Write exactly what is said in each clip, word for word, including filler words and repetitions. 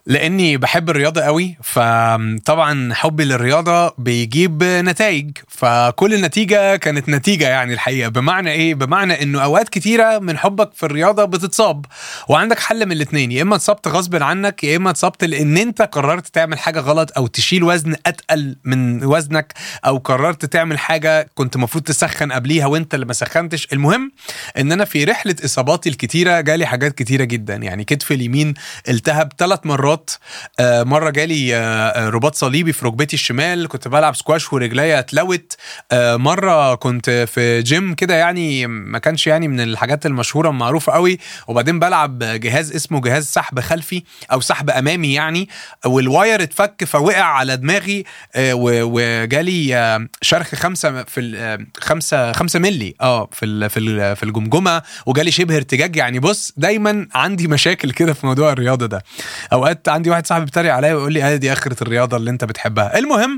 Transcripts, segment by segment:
لاني بحب الرياضه قوي، فطبعا حبي للرياضه بيجيب نتائج، فكل النتيجه كانت نتيجه يعني الحقيقه. بمعنى ايه؟ بمعنى انه اوقات كتيره من حبك في الرياضه بتتصاب، وعندك حل من الاثنين: يا اما اتصبت غصب عنك، يا اما اتصبت لان انت قررت تعمل حاجه غلط او تشيل وزن اتقل من وزنك، او قررت تعمل حاجه كنت المفروض تسخن قبليها وانت اللي ما سخنتش. المهم ان انا في رحله اصاباتي الكتيره جالي حاجات كتيره جدا، يعني كتفي اليمين التهب ثلاث مرات. آه مره جالي آه رباط صليبي في ركبتي الشمال، كنت بلعب سكواش ورجليا اتلوت. آه مره كنت في جيم كده، يعني ما كانش يعني من الحاجات المشهوره المعروفه قوي، وبعدين بلعب جهاز اسمه جهاز سحب خلفي او سحب امامي يعني، والواير اتفك فوقع على دماغي. آه وجالي آه شرخ خمسة في آه خمسة خمسة ملي اه في في في الجمجمه، وجالي شبه ارتجاج. يعني بص، دايما عندي مشاكل كده في موضوع الرياضه ده. اوقات عندي واحد صاحبي بيتريق عليا ويقول لي اه دي اخره الرياضه اللي انت بتحبها. المهم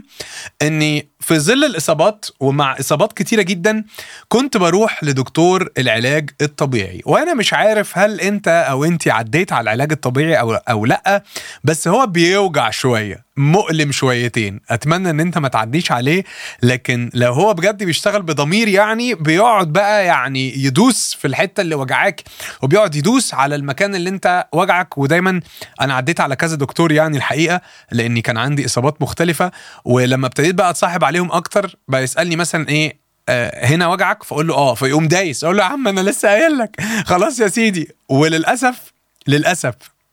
اني في ظل الاصابات ومع اصابات كتيره جدا كنت بروح لدكتور العلاج الطبيعي، وانا مش عارف هل انت او انتي عديت على العلاج الطبيعي او او لا، بس هو بيوجع شويه، مؤلم شويتين. اتمنى ان انت ما تعديش عليه، لكن لو هو بجد بيشتغل بضمير يعني بيقعد بقى يعني يدوس في الحته اللي وجعاك، وبيقعد يدوس على المكان اللي انت وجعك. ودايما انا عديت على كذا دكتور يعني الحقيقه، لاني كان عندي اصابات مختلفه، ولما ابتديت بقى اتصاحب عليهم اكتر بقى يسالني مثلا ايه آه هنا وجعك، فاقول له اه، فيقوم دايس، اقول له يا عم انا لسه قايل لك خلاص يا سيدي. وللاسف للاسف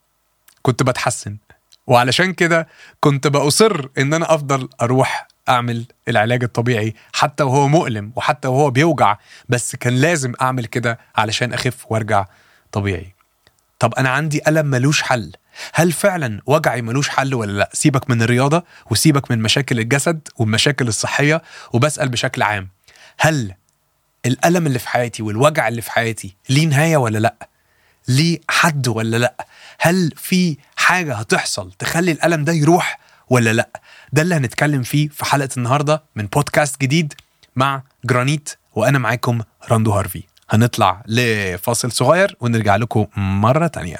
كنت بتحسن، وعلشان كده كنت بأصر ان انا افضل اروح اعمل العلاج الطبيعي حتى وهو مؤلم وحتى وهو بيوجع، بس كان لازم اعمل كده علشان اخف وارجع طبيعي. طب انا عندي ألم ملوش حل، هل فعلا وجعي ملوش حل ولا لا؟ سيبك من الرياضة وسيبك من مشاكل الجسد والمشاكل الصحية، وبسأل بشكل عام: هل الألم اللي في حياتي والوجع اللي في حياتي ليه نهاية ولا لا؟ ليه حد ولا لا؟ هل في حاجة هتحصل تخلي الألم ده يروح ولا لا؟ ده اللي هنتكلم فيه في حلقة النهاردة من بودكاست جديد مع جرانيت، وأنا معاكم راندو هارفي. هنطلع لفاصل صغير ونرجع لكم مرة تانية.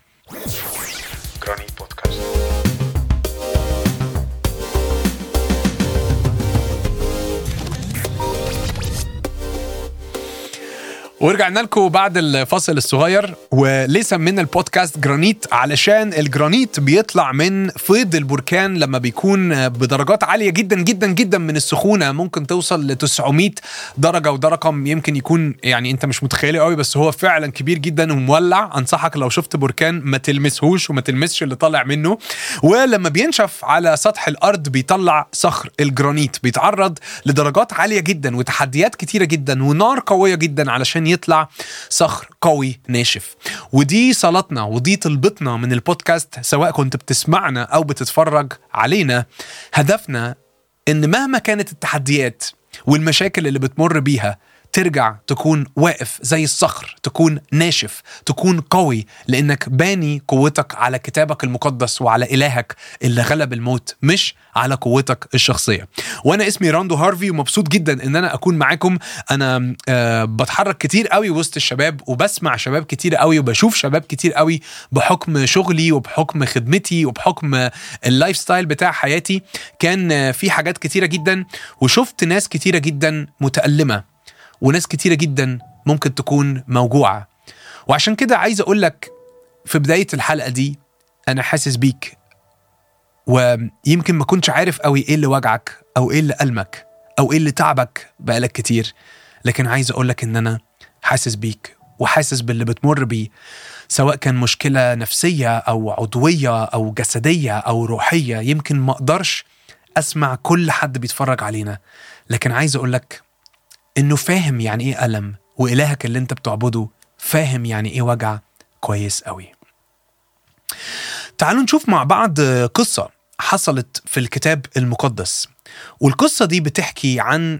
جرانيت بودكاست. ورجعنا لكم بعد الفاصل الصغير. وليه سمينا البودكاست جرانيت؟ علشان الجرانيت بيطلع من فيض البركان لما بيكون بدرجات عالية جدا جدا جدا من السخونة، ممكن توصل ل تسعمية درجة، وده رقم يمكن يكون يعني انت مش متخيله قوي، بس هو فعلا كبير جدا ومولع. انصحك لو شفت بركان ما تلمسهوش وما تلمسش اللي طالع منه. ولما بينشف على سطح الارض بيطلع صخر الجرانيت، بيتعرض لدرجات عالية جدا وتحديات كتيرة جدا ونار قوية جدا علشان يطلع صخر قوي ناشف. ودي صلاتنا ودي طلبتنا من البودكاست، سواء كنت بتسمعنا أو بتتفرج علينا. هدفنا إن مهما كانت التحديات والمشاكل اللي بتمر بيها ترجع تكون واقف زي الصخر، تكون ناشف، تكون قوي، لأنك باني قوتك على كتابك المقدس وعلى إلهك اللي غلب الموت، مش على قوتك الشخصية. وأنا اسمي راندو هارفي، ومبسوط جدا إن أنا أكون معاكم. أنا أه بتحرك كتير قوي وسط الشباب، وبسمع شباب كتير قوي، وبشوف شباب كتير قوي بحكم شغلي وبحكم خدمتي وبحكم اللايف ستايل بتاع حياتي. كان في حاجات كتيرة جدا، وشفت ناس كتيرة جدا متألمة، وناس كتيرة جدا ممكن تكون موجوعة. وعشان كده عايز أقولك في بداية الحلقة دي أنا حاسس بيك، ويمكن ما كنتش عارف قوي إيه اللي وجعك أو إيه اللي ألمك أو إيه اللي تعبك بقالك كتير، لكن عايز أقولك إن أنا حاسس بيك وحاسس باللي بتمر بيه، سواء كان مشكلة نفسية أو عضوية أو جسدية أو روحية. يمكن ما أقدرش أسمع كل حد بيتفرج علينا، لكن عايز أقولك إنه فاهم يعني إيه ألم، وإلهك اللي أنت بتعبده فاهم يعني إيه وجع كويس قوي. تعالوا نشوف مع بعض قصة حصلت في الكتاب المقدس، والقصة دي بتحكي عن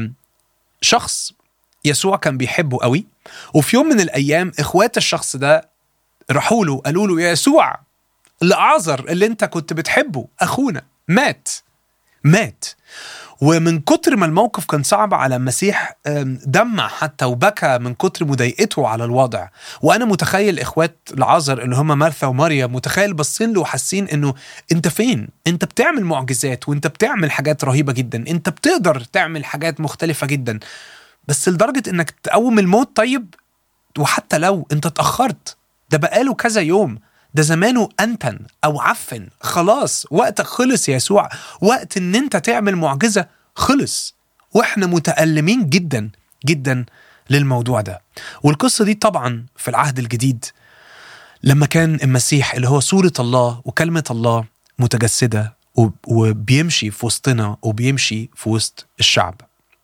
شخص يسوع كان بيحبه قوي. وفي يوم من الأيام إخوات الشخص ده راحوا له قالوا له: يا يسوع، لعازر اللي أنت كنت بتحبه أخونا مات، مات. ومن كتر ما الموقف كان صعب على المسيح دمع حتى وبكى من كتر مضايقته على الوضع. وأنا متخيل إخوات لعازر اللي هم مارثا وماريا متخيل بصين له وحاسين إنه أنت فين؟ أنت بتعمل معجزات وأنت بتعمل حاجات رهيبة جدا، أنت بتقدر تعمل حاجات مختلفة جدا، بس لدرجة إنك تقوم الموت. طيب وحتى لو أنت اتأخرت، ده بقاله كذا يوم، ده زمانه أنتن أو عفن، خلاص وقتك خلص يا يسوع، وقت إن أنت تعمل معجزة خلص. وإحنا متألمين جدا جدا للموضوع ده. والقصة دي طبعا في العهد الجديد لما كان المسيح اللي هو صورة الله وكلمة الله متجسدة وبيمشي في وسطنا وبيمشي في وسط الشعب.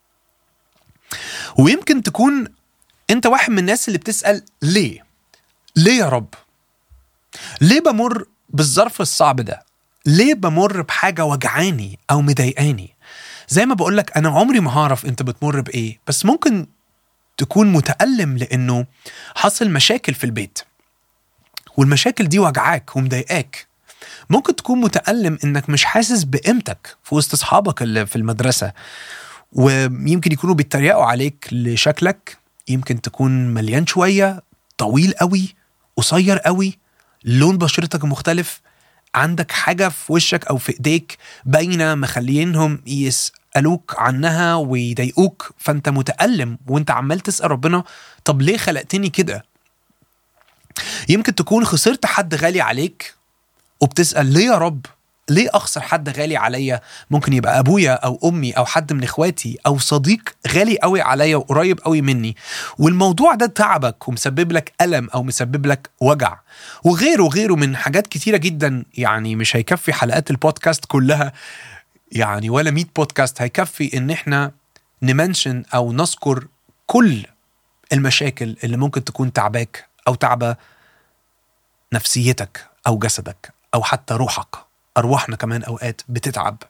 ويمكن تكون أنت واحد من الناس اللي بتسأل ليه؟ ليه يا رب؟ ليه بمر بالظرف الصعب ده؟ ليه بمر بحاجة وجعاني أو مضايقاني؟ زي ما بقولك أنا عمري ما هعرف أنت بتمر بإيه، بس ممكن تكون متألم لأنه حصل مشاكل في البيت والمشاكل دي وجعاك ومضايقاك. ممكن تكون متألم إنك مش حاسس بقيمتك في وسط أصحابك اللي في المدرسة، ويمكن يكونوا بيتريقوا عليك لشكلك، يمكن تكون مليان شوية، طويل قوي، قصير قوي، لون بشرتك مختلف، عندك حاجة في وشك أو في إيديك باينة مخلينهم يسألوك عنها ويضايقوك، فأنت متألم وأنت عمال تسأل ربنا طب ليه خلقتني كده؟ يمكن تكون خسرت حد غالي عليك وبتسأل ليه يا رب؟ ليه أخسر حد غالي عليا؟ ممكن يبقى أبويا أو أمي أو حد من إخواتي أو صديق غالي قوي عليا وقريب قوي مني، والموضوع ده تعبك ومسبب لك ألم أو مسبب لك وجع، وغيره وغيره من حاجات كتيرة جدا. يعني مش هيكفي حلقات البودكاست كلها يعني، ولا مية بودكاست هيكفي إن إحنا نمنشن أو نذكر كل المشاكل اللي ممكن تكون تعباك أو تعبى نفسيتك أو جسدك أو حتى روحك. أرواحنا كمان أوقات بتتعب.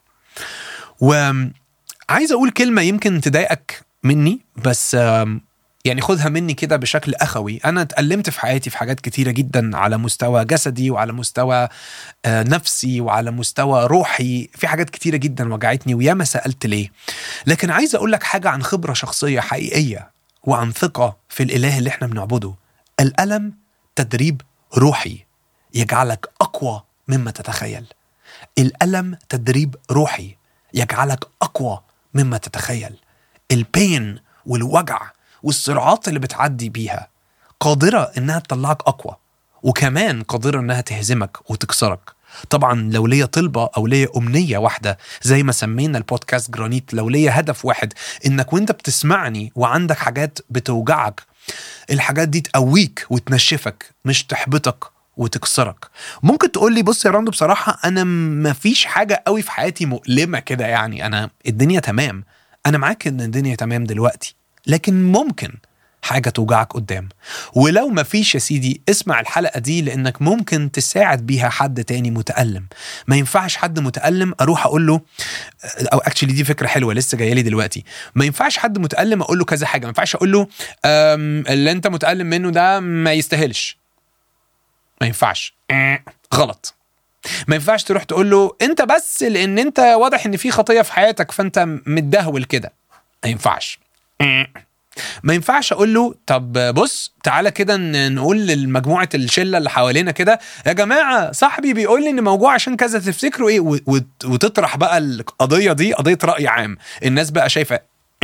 وعايز أقول كلمة يمكن تضايقك مني، بس يعني خدها مني كده بشكل أخوي. أنا اتألمت في حياتي في حاجات كتيرة جدا على مستوى جسدي وعلى مستوى نفسي وعلى مستوى روحي، في حاجات كتيرة جدا وجعتني وياما سألت ليه. لكن عايز أقول لك حاجة عن خبرة شخصية حقيقية وعن ثقة في الإله اللي احنا بنعبده. الألم تدريب روحي يجعلك أقوى مما تتخيل. الألم تدريب روحي يجعلك أقوى مما تتخيل. البين والوجع والصراعات اللي بتعدي بيها قادرة إنها تطلعك أقوى، وكمان قادرة إنها تهزمك وتكسرك. طبعا لو ليا طلبة أو ليا أمنية واحدة زي ما سمينا البودكاست جرانيت، لو ليا هدف واحد إنك وإنت بتسمعني وعندك حاجات بتوجعك، الحاجات دي تقويك وتنشفك مش تحبطك وتكسرك. ممكن تقول لي بص يا راندو بصراحة أنا مفيش حاجة قوي في حياتي مؤلمة كده، يعني أنا الدنيا تمام. أنا معاك إن الدنيا تمام دلوقتي، لكن ممكن حاجة توجعك قدام. ولو مفيش يا سيدي اسمع الحلقة دي، لأنك ممكن تساعد بيها حد تاني متألم. ما ينفعش حد متألم أروح أقول له، أو اكشلي دي فكرة حلوة لسه جاية لي دلوقتي، ما ينفعش حد متألم أقول له كذا حاجة. ما ينفعش أقول له اللي أنت متألم منه ده ما يستاهلش، ما ينفعش، غلط. ما ينفعش تروح تقول له انت بس لان انت واضح ان في خطية في حياتك فانت متدهول كده، ما ينفعش. ما ينفعش اقول له طب بص تعالى كده نقول للمجموعة الشلة اللي حوالينا كده يا جماعة صاحبي بيقول لي ان موجوع عشان كذا، تفتكروا ايه؟ وتطرح بقى القضية دي قضية رأي عام، الناس بقى شايفة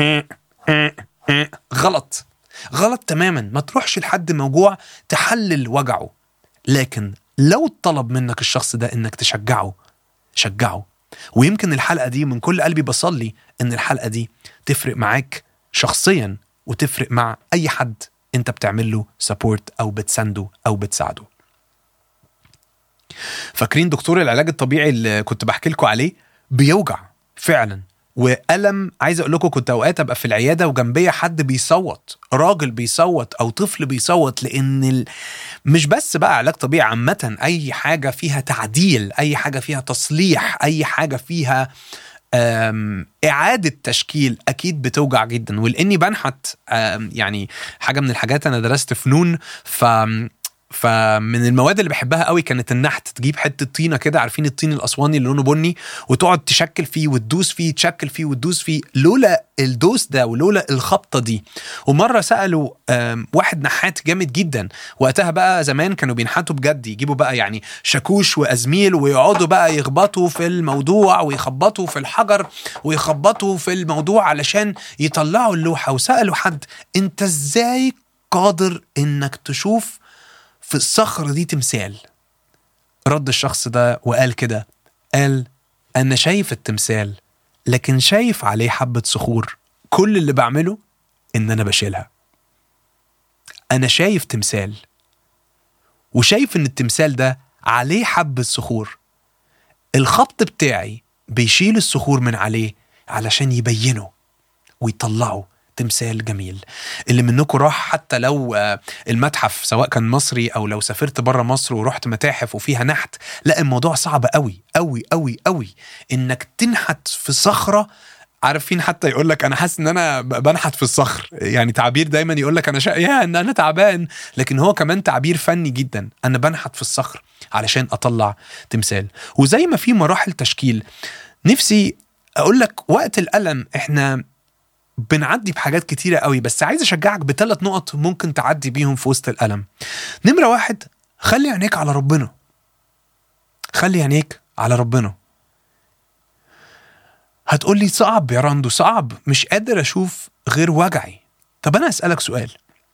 غلط. غلط تماما. ما تروحش لحد موجوع تحلل وجعه، لكن لو طلب منك الشخص ده انك تشجعه شجعه. ويمكن الحلقة دي من كل قلبي بصلي ان الحلقة دي تفرق معاك شخصيا وتفرق مع اي حد انت بتعمل له سابورت او بتسنده او بتساعده. فاكرين دكتور العلاج الطبيعي اللي كنت بحكي لكم عليه؟ بيوجع فعلا وألم. عايز أقول لكم كنت أوقات أبقى في العيادة وجنبية حد بيصوت، راجل بيصوت أو طفل بيصوت، لأن ال... مش بس بقى علاج طبيعي، عامة أي حاجة فيها تعديل، أي حاجة فيها تصليح، أي حاجة فيها إعادة تشكيل أكيد بتوجع جدا. ولأني بنحت يعني حاجة من الحاجات، أنا درست فنون، ف فمن المواد اللي بحبها قوي كانت النحت. تجيب حته طينه كده، عارفين الطين الاسواني اللي لونه بني، وتقعد تشكل فيه وتدوس فيه، تشكل فيه وتدوس فيه. لولا الدوس ده ولولا الخبطه دي. ومره سالوا واحد نحات جامد جدا وقتها، بقى زمان كانوا بينحتوا بجد، يجيبوا بقى يعني شاكوش وازميل ويقعدوا بقى يخبطوا في الموضوع ويخبطوا في الحجر ويخبطوا في الموضوع علشان يطلعوا اللوحه. وسالوا حد: انت ازاي قادر انك تشوف في الصخرة دي تمثال؟ رد الشخص ده وقال كده، قال: أنا شايف التمثال لكن شايف عليه حبة صخور، كل اللي بعمله إن أنا بشيلها. أنا شايف تمثال وشايف إن التمثال ده عليه حبة صخور، الخبط بتاعي بيشيل الصخور من عليه علشان يبينه ويطلعه تمثال جميل. اللي منكم راح حتى لو المتحف سواء كان مصري او لو سافرت بره مصر ورحت متاحف وفيها نحت، لا الموضوع صعب قوي قوي قوي قوي انك تنحت في صخرة. عارفين حتى يقول لك انا حاسس ان انا بنحت في الصخر، يعني تعبير دايما يقول لك انا شا... يا ان انا تعبان، لكن هو كمان تعبير فني جدا. انا بنحت في الصخر علشان اطلع تمثال. وزي ما في مراحل تشكيل، نفسي اقول لك وقت الألم احنا بنعدي بحاجات كتيرة قوي، بس عايز أشجعك بثلاث نقط ممكن تعدي بيهم في وسط الألم. نمرة واحد، خلي عينيك على ربنا. خلي عينيك على ربنا. هتقولي صعب يا راندو، صعب، مش قادر أشوف غير وجعي. طب أنا أسألك سؤال،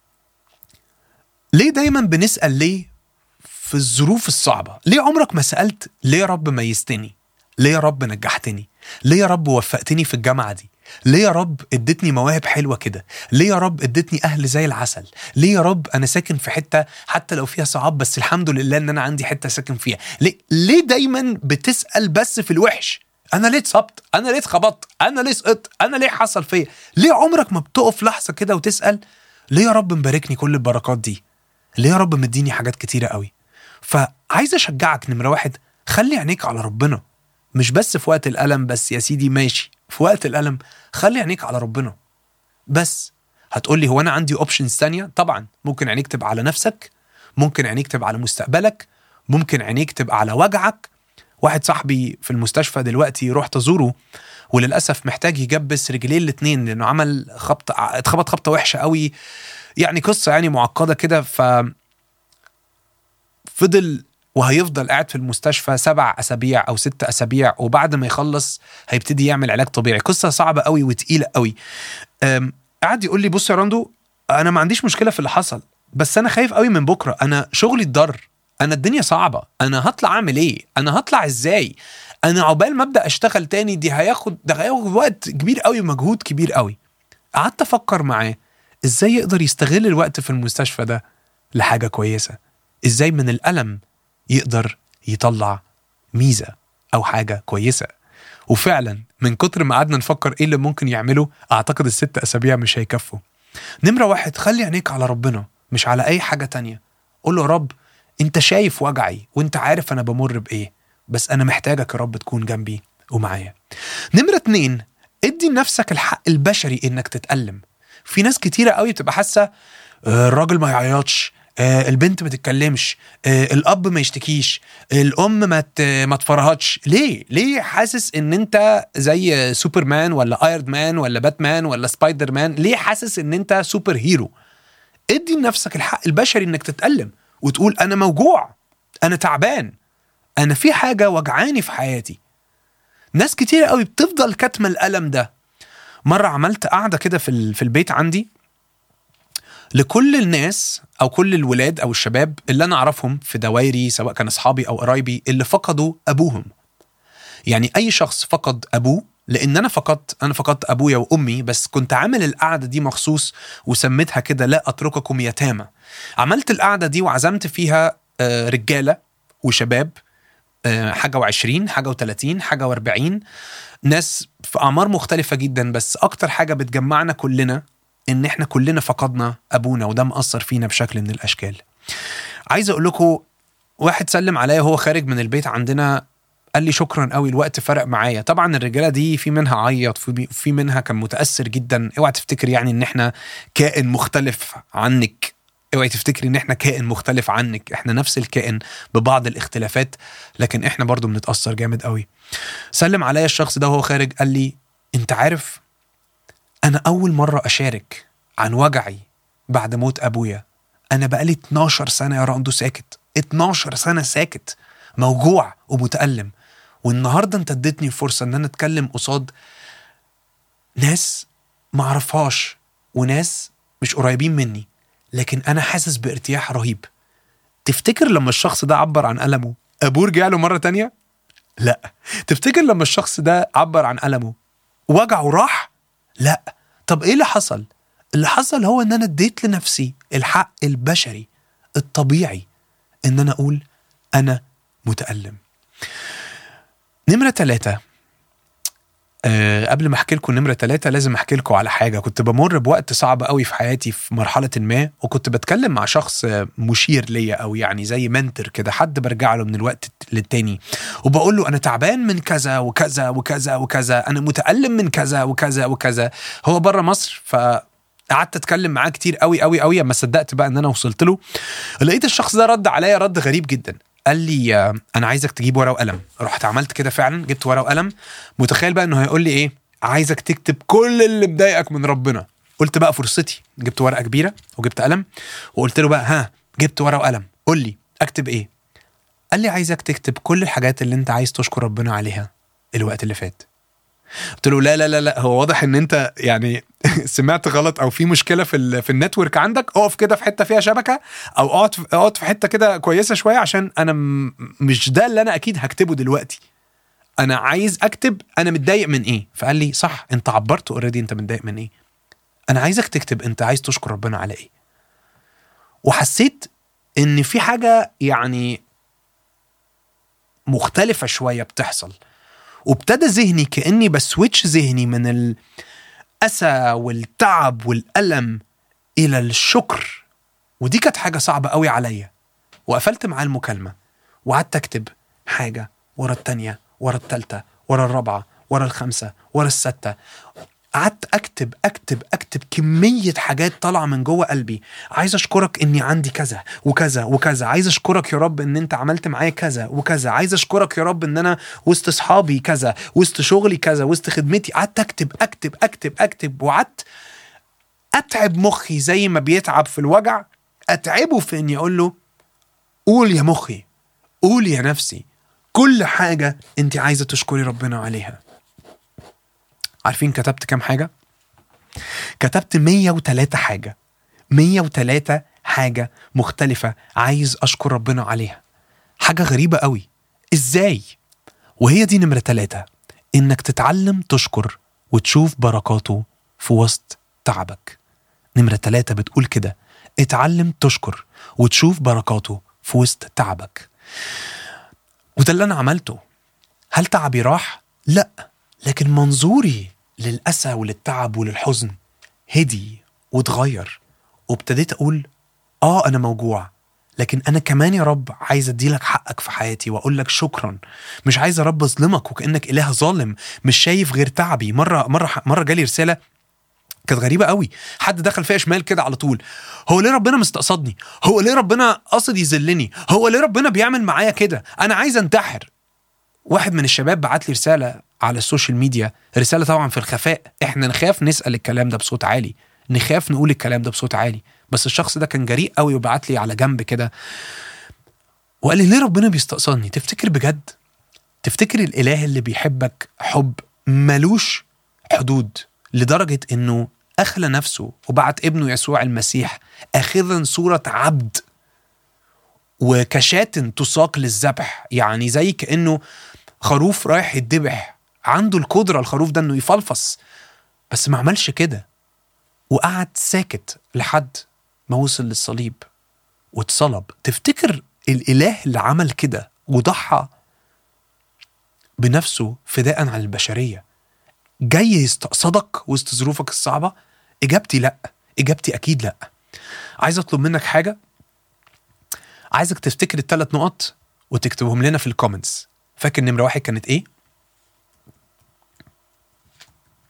ليه دايما بنسأل ليه في الظروف الصعبة؟ ليه عمرك ما سألت ليه يا رب ميزتني؟ ليه يا رب نجحتني؟ ليه يا رب وفقتني في الجامعة دي؟ ليه يا رب ادتني مواهب حلوة كده؟ ليه يا رب ادتني أهل زي العسل؟ ليه يا رب أنا ساكن في حتة حتى لو فيها صعاب بس الحمد لله أن أنا عندي حتة ساكن فيها؟ ليه, ليه دايما بتسأل بس في الوحش؟ أنا ليه اتصبت؟ أنا ليه اتخبطت؟ أنا ليه سقطت؟ أنا ليه حصل فيا؟ ليه عمرك ما بتقف لحظة كده وتسأل ليه يا رب مباركني كل البركات دي؟ ليه يا رب مديني حاجات كتيرة قوي؟ فعايز أشجعك نمرة واحد، خلي عينيك على ربنا. مش بس في وقت الألم بس يا سيدي، ماشي في وقت الألم خلي عينيك على ربنا بس. هتقولي هو أنا عندي أوبشنز تانية؟ طبعا، ممكن عينيك تبقى على نفسك، ممكن عينيك تبقى على مستقبلك، ممكن عينيك تبقى على وجعك. واحد صاحبي في المستشفى دلوقتي رحت أزوره وللأسف محتاج يجبس رجليه الاتنين لأنه عمل خبطة، اتخبط خبطة وحشة قوي، يعني قصة يعني معقدة كده. ففضل وهيفضل قاعد في المستشفى سبع أسابيع أو ست أسابيع، وبعد ما يخلص هيبتدي يعمل علاج طبيعي. قصة صعبة قوي وتقيلة قوي. قاعد يقول لي بص يا راندو، أنا ما عنديش مشكلة في اللي حصل، بس أنا خايف قوي من بكرة، أنا شغلي اتضر، أنا الدنيا صعبة، أنا هطلع أعمل إيه؟ أنا هطلع إزاي؟ أنا عقبال ما أبدأ أشتغل تاني دي هياخد ده هياخد وقت كبير قوي ومجهود كبير قوي. قعدت أفكر معاه إزاي يقدر يستغل الوقت في المستشفى ده لحاجة كويسة، إزاي من الألم يقدر يطلع ميزة أو حاجة كويسة. وفعلا من كتر ما قعدنا نفكر إيه اللي ممكن يعمله، أعتقد الست أسابيع مش هيكفوا. نمرة واحد، خلي عينيك على ربنا مش على أي حاجة تانية. قول له يا رب أنت شايف وجعي وأنت عارف أنا بمر بإيه، بس أنا محتاجك يا رب تكون جنبي ومعايا. نمرة اتنين، ادي لنفسك الحق البشري إنك تتألم. في ناس كتيرة قوي بتبقى حاسة الراجل ما يعيطش، البنت ما تتكلمش، الأب ما يشتكيش، الأم ما ما تفرهدش. ليه؟ ليه حاسس إن أنت زي سوبرمان ولا ايرون مان ولا باتمان ولا سبايدر مان؟ ليه حاسس إن أنت سوبر هيرو؟ ادي لنفسك الحق البشري إنك تتألم وتقول أنا موجوع، أنا تعبان، أنا في حاجة وجعاني في حياتي. ناس كتير قوي بتفضل كتم الألم ده. مرة عملت قاعدة كده في في البيت عندي لكل الناس أو كل الولاد أو الشباب اللي أنا أعرفهم في دوايري، سواء كان أصحابي أو قرايبي اللي فقدوا أبوهم. يعني أي شخص فقد أبوه، لأن أنا فقدت أنا فقدت أبويا وأمي، بس كنت عامل القعدة دي مخصوص وسميتها كده لا أترككم يتامى. عملت القعدة دي وعزمت فيها رجالة وشباب، حاجة وعشرين، حاجة وثلاثين، حاجة واربعين، ناس في أعمار مختلفة جدا، بس أكتر حاجة بتجمعنا كلنا إن إحنا كلنا فقدنا أبونا، وده مأثر فينا بشكل من الأشكال. عايز أقول لكم، واحد سلم عليا وهو خارج من البيت عندنا، قال لي شكرا قوي، الوقت فرق معايا. طبعا الرجالة دي في منها عيط، في, في منها كان متأثر جدا. اوعى تفتكر يعني إن إحنا كائن مختلف عنك، اوعي تفتكري ان احنا كائن مختلف عنك، احنا نفس الكائن ببعض الاختلافات، لكن احنا برضو بنتأثر جامد قوي. سلم عليا الشخص ده وهو خارج، قال لي انت عارف انا اول مرة اشارك عن وجعي بعد موت ابويا. انا بقالي اتناشر سنة يا راندو ساكت، اتناشر سنة ساكت موجوع ومتألم، والنهاردة انت اديتني فرصة ان انا اتكلم قصاد ناس معرفهاش وناس مش قريبين مني، لكن انا حاسس بارتياح رهيب. تفتكر لما الشخص ده عبر عن ألمه ابوه رجع له مرة تانية؟ لا. تفتكر لما الشخص ده عبر عن ألمه وجعه راح؟ لا. طب ايه اللي حصل؟ اللي حصل هو ان انا اديت لنفسي الحق البشري الطبيعي ان انا اقول انا متألم. نمرة ثلاثة، أه قبل ما احكي لكم نمرة ثلاثة لازم احكي لكم على حاجة. كنت بمر بوقت صعب قوي في حياتي في مرحلة ما، وكنت بتكلم مع شخص مشير ليا، او يعني زي منتر كده، حد برجع له من الوقت للتاني وبقول له انا تعبان من كذا وكذا وكذا وكذا، انا متألم من كذا وكذا وكذا. هو بره مصر، فقعدت اتكلم معاه كتير قوي قوي قوي. اما صدقت بقى ان انا وصلت له، لقيت الشخص ده رد عليا رد غريب جدا. قال لي انا عايزك تجيب ورقه وقلم. رحت عملت كده فعلا، جبت ورقه وقلم. متخيل بقى انه هيقول لي ايه؟ عايزك تكتب كل اللي مضايقك من ربنا. قلت بقى فرصتي، جبت ورقه كبيره وجبت قلم وقلت له بقى ها، جبت ورقه وقلم، قول لي اكتب ايه؟ قال لي عايزك تكتب كل الحاجات اللي انت عايز تشكر ربنا عليها الوقت اللي فات. قلت له لا لا لا لا، هو واضح ان انت يعني سمعت غلط او في مشكله في ال في النتورك عندك. اقف كده في حته فيها شبكه، او اقعد اقعد في حته كده كويسه شويه، عشان انا م- مش ده اللي انا اكيد هكتبه دلوقتي. انا عايز اكتب انا متضايق من ايه. فقال لي صح، انت عبرت اوريدي انت متضايق من ايه. انا عايزك تكتب انت عايز تشكر ربنا على ايه. وحسيت ان في حاجه يعني مختلفه شويه بتحصل، وابتدى ذهني كاني بسويتش ذهني من ال الأسى والتعب والألم إلى الشكر. ودي كانت حاجة صعبة قوي عليا. وقفلت معاه المكالمة وقعدت أكتب حاجة ورا التانية ورا التالتة ورا الرابعة ورا الخمسة ورا الستة. قعدت أكتب أكتب أكتب كمية حاجات طالعة من جوه قلبي. عايز أشكرك إني عندي كذا وكذا وكذا. عايز أشكرك يا رب إن أنت عملت معايا كذا وكذا. عايز أشكرك يا رب إن أنا وسط أصحابي كذا، وسط شغلي كذا، وسط خدمتي. قعدت أكتب أكتب أكتب أكتب وقعدت أتعب مخي زي ما بيتعب في الوجع، أتعبه في إني أقول له قول يا مخي، قول يا نفسي كل حاجة أنت عايزة تشكري ربنا عليها. عارفين كتبت كام حاجة؟ كتبت مية وتلاتة حاجة، مية وتلاتة حاجة مختلفة عايز أشكر ربنا عليها. حاجة غريبة قوي. إزاي؟ وهي دي نمرة تلاتة، إنك تتعلم تشكر وتشوف بركاته في وسط تعبك. نمرة تلاتة بتقول كده، اتعلم تشكر وتشوف بركاته في وسط تعبك. وده اللي أنا عملته. هل تعبي راح؟ لا، لكن منظوري للأسى وللتعب وللحزن هدي وتغير، وابتديت أقول آه أنا موجوع، لكن أنا كمان يا رب عايز أديلك حقك في حياتي وأقول لك شكرا. مش عايز يا رب أظلمك وكأنك إله ظالم مش شايف غير تعبي. مرة مرة مرة جالي رسالة كانت غريبة قوي. حد دخل فيها شمال كده على طول، هو ليه ربنا مستقصدني؟ هو ليه ربنا قصد يذلني؟ هو ليه ربنا بيعمل معايا كده؟ أنا عايز أنتحر. واحد من الشباب بعت لي رسالة على السوشيال ميديا، رسالة طبعا في الخفاء، احنا نخاف نسأل الكلام ده بصوت عالي، نخاف نقول الكلام ده بصوت عالي، بس الشخص ده كان جريء قوي وبعت لي على جنب كده وقال لي ليه ربنا بيستقصدني؟ تفتكر بجد؟ تفتكر الإله اللي بيحبك حب ملوش حدود لدرجة انه أخلى نفسه وبعت ابنه يسوع المسيح أخذا صورة عبد وكشاة تساق للذبح، يعني زي كأنه خروف رايح يتذبح، عنده القدرة الخروف ده انه يفلفص، بس ما عملش كده وقعد ساكت لحد ما وصل للصليب واتصلب. تفتكر الإله اللي عمل كده وضحى بنفسه فداء عن البشرية جاي يستقصدك وسط ظروفك الصعبة؟ إجابتي لأ، إجابتي أكيد لأ. عايز أطلب منك حاجة، عايزك تفتكر الثلاث نقط وتكتبهم لنا في الكومنتس. فاكر نمرة واحد كانت إيه؟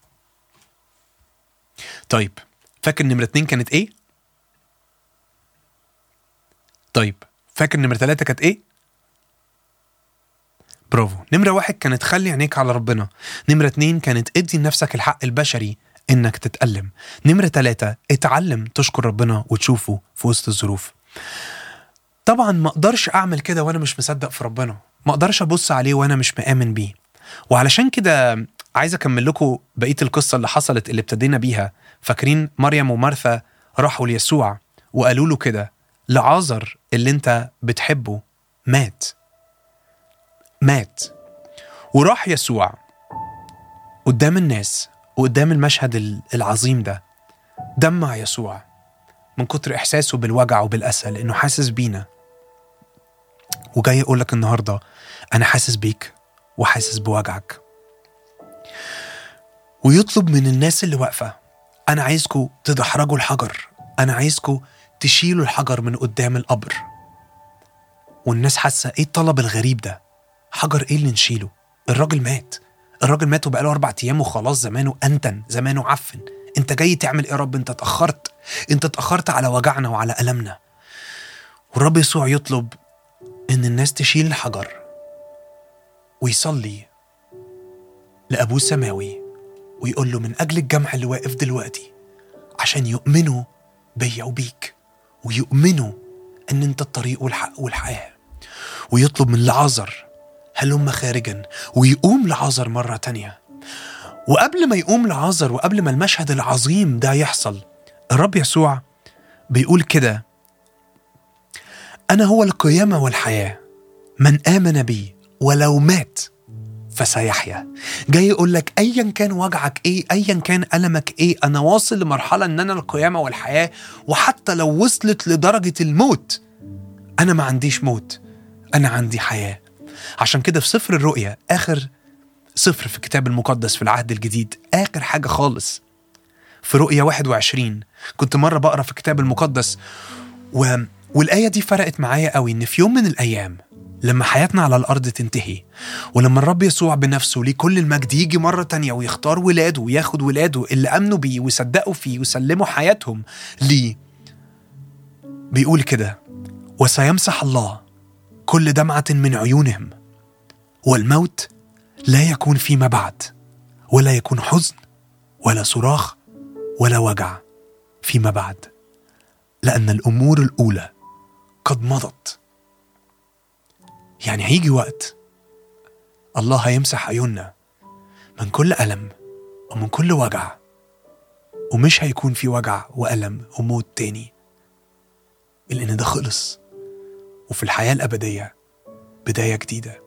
طيب فاكر نمرة اتنين كانت إيه؟ طيب فاكر نمرة ثلاثة كانت ايه؟ برافو. نمرة واحد كانت خلي عينيك على ربنا. نمرة اتنين كانت ادي لنفسك الحق البشري انك تتألم. نمرة ثلاثة اتعلم تشكر ربنا وتشوفه في وسط الظروف. طبعا ما اقدرش اعمل كده وانا مش مصدق في ربنا، ما اقدرش ابص عليه وانا مش مآمن بيه. وعلشان كده عايز اكمل لكم بقية القصة اللي حصلت اللي ابتدينا بيها. فاكرين مريم ومارثا راحوا ليسوع وقالوا له كده: لعازر اللي انت بتحبه مات مات وراح يسوع قدام الناس وقدام المشهد العظيم ده دمع يسوع من كتر إحساسه بالوجع وبالأسى، لأنه حاسس بينا. وجاي يقولك النهاردة أنا حاسس بيك وحاسس بوجعك. ويطلب من الناس اللي واقفة: أنا عايزكو تدحرجوا الحجر، أنا عايزكو تشيلوا الحجر من قدام القبر. والناس حاسة إيه الطلب الغريب ده؟ حجر إيه اللي نشيله؟ الراجل مات الراجل مات وبقاله أربع أيام وخلاص، زمانه أنتن، زمانه عفن. أنت جاي تعمل إيه يا رب؟ أنت تأخرت أنت تأخرت على وجعنا وعلى ألمنا. والرب يسوع يطلب إن الناس تشيل الحجر ويصلي لأبوه السماوي ويقول له: من أجل الجمع اللي واقف دلوقتي عشان يؤمنوا بيا وبيك، ويؤمنوا أن أنت الطريق والحق والحياة. ويطلب من لعازر: هلم خارجا، ويقوم لعازر مرة تانية. وقبل ما يقوم لعازر وقبل ما المشهد العظيم ده يحصل، الرب يسوع بيقول كده: أنا هو القيامة والحياة، من آمن بي ولو مات فسيحيا. جاي يقول لك أيا كان وجعك إيه، أيا كان ألمك إيه، أنا واصل لمرحلة أن أنا القيامة والحياة. وحتى لو وصلت لدرجة الموت أنا ما عنديش موت، أنا عندي حياة. عشان كده في سفر الرؤيا، آخر سفر في الكتاب المقدس في العهد الجديد، آخر حاجة خالص في رؤيا واحد وعشرين، كنت مرة بقرأ في الكتاب المقدس و... والآية دي فرقت معايا قوي. إن في يوم من الأيام لما حياتنا على الأرض تنتهي، ولما الرب يسوع بنفسه ليه كل المجد يجي مرة تانية ويختار ولاده وياخد ولاده اللي أمنوا بيه وصدقوا فيه وسلموا حياتهم ليه، بيقول كده: وسيمسح الله كل دمعة من عيونهم، والموت لا يكون فيما بعد، ولا يكون حزن ولا صراخ ولا وجع فيما بعد، لأن الأمور الأولى قد مضت. يعني هيجي وقت الله هيمسح عيوننا من كل ألم ومن كل وجع، ومش هيكون في وجع وألم وموت تاني، لأن ده خلص، وفي الحياة الأبدية بداية جديدة.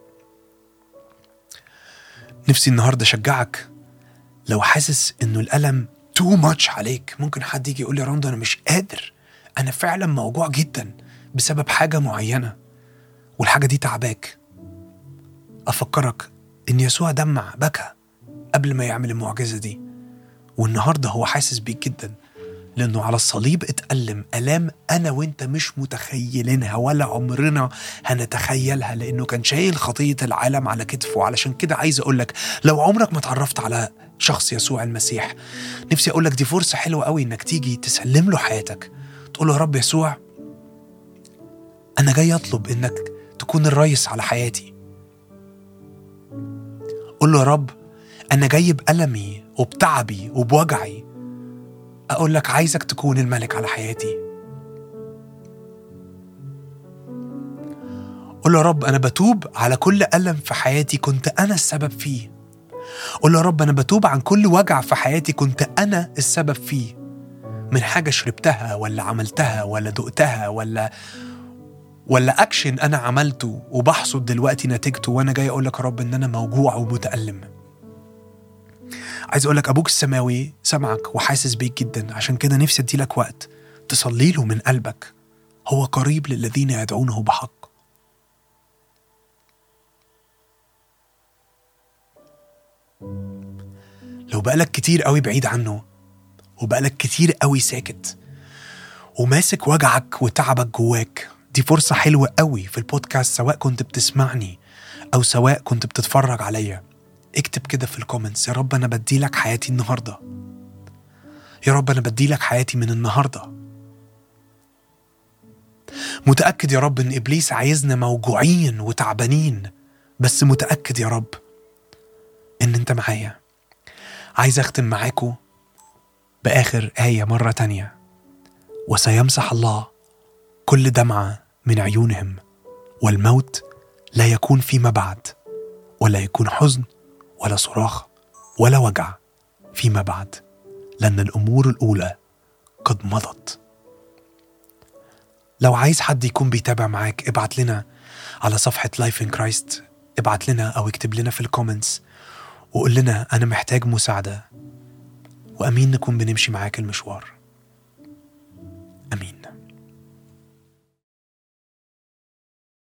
نفسي النهاردة شجعك، لو حاسس إنه الألم too much عليك. ممكن حد يجي يقول لي: روند أنا مش قادر، أنا فعلا موجوع جدا بسبب حاجة معينة والحاجة دي تعباك. أفكرك إن يسوع دمع بكى قبل ما يعمل المعجزة دي، والنهاردة هو حاسس بيك جدا، لأنه على الصليب اتألم ألام أنا وإنت مش متخيلينها ولا عمرنا هنتخيلها، لأنه كان شايل خطية العالم على كتفه. علشان كده عايز أقولك، لو عمرك ما تعرفت على شخص يسوع المسيح، نفسي أقولك دي فرصة حلوة قوي إنك تيجي تسلم له حياتك، تقول له: يا رب يسوع، أنا جاي أطلب إنك تكون الرئيس على حياتي. قول له: يا رب، أنا جاي بألمي وبتعبي وبوجعي أقول لك عايزك تكون الملك على حياتي. قول له: يا رب، أنا بتوب على كل ألم في حياتي كنت أنا السبب فيه. قول له: يا رب، أنا بتوب عن كل وجع في حياتي كنت أنا السبب فيه، من حاجة شربتها ولا عملتها ولا دقتها ولا ولا أكشن أنا عملته وبحصد دلوقتي نتيجته. وأنا جاي أقول لك يا رب إن أنا موجوع ومتألم. عايز أقول لك أبوك السماوي سمعك وحاسس بيك جدا، عشان كده نفسي أدي لك وقت تصلي له من قلبك. هو قريب للذين يدعونه بحق. لو بقالك كتير قوي بعيد عنه، وبقالك كتير قوي ساكت وماسك وجعك وتعبك جواك، دي فرصة حلوة قوي في البودكاست، سواء كنت بتسمعني أو سواء كنت بتتفرج عليا. اكتب كده في الكومنتس: يا رب أنا بدي لك حياتي النهاردة، يا رب أنا بدي لك حياتي من النهاردة. متأكد يا رب إن إبليس عايزنا موجوعين وتعبانين، بس متأكد يا رب إن أنت معايا. عايز أختم معاكم بآخر آية مرة تانية: وسيمسح الله كل دمعة من عيونهم، والموت لا يكون فيما بعد، ولا يكون حزن ولا صراخ ولا وجع فيما بعد، لأن الأمور الأولى قد مضت. لو عايز حد يكون بيتابع معاك، ابعت لنا على صفحة Life in Christ، ابعت لنا أو اكتب لنا في الكومنتس وقول لنا أنا محتاج مساعدة، وأمين نكون بنمشي معاك المشوار.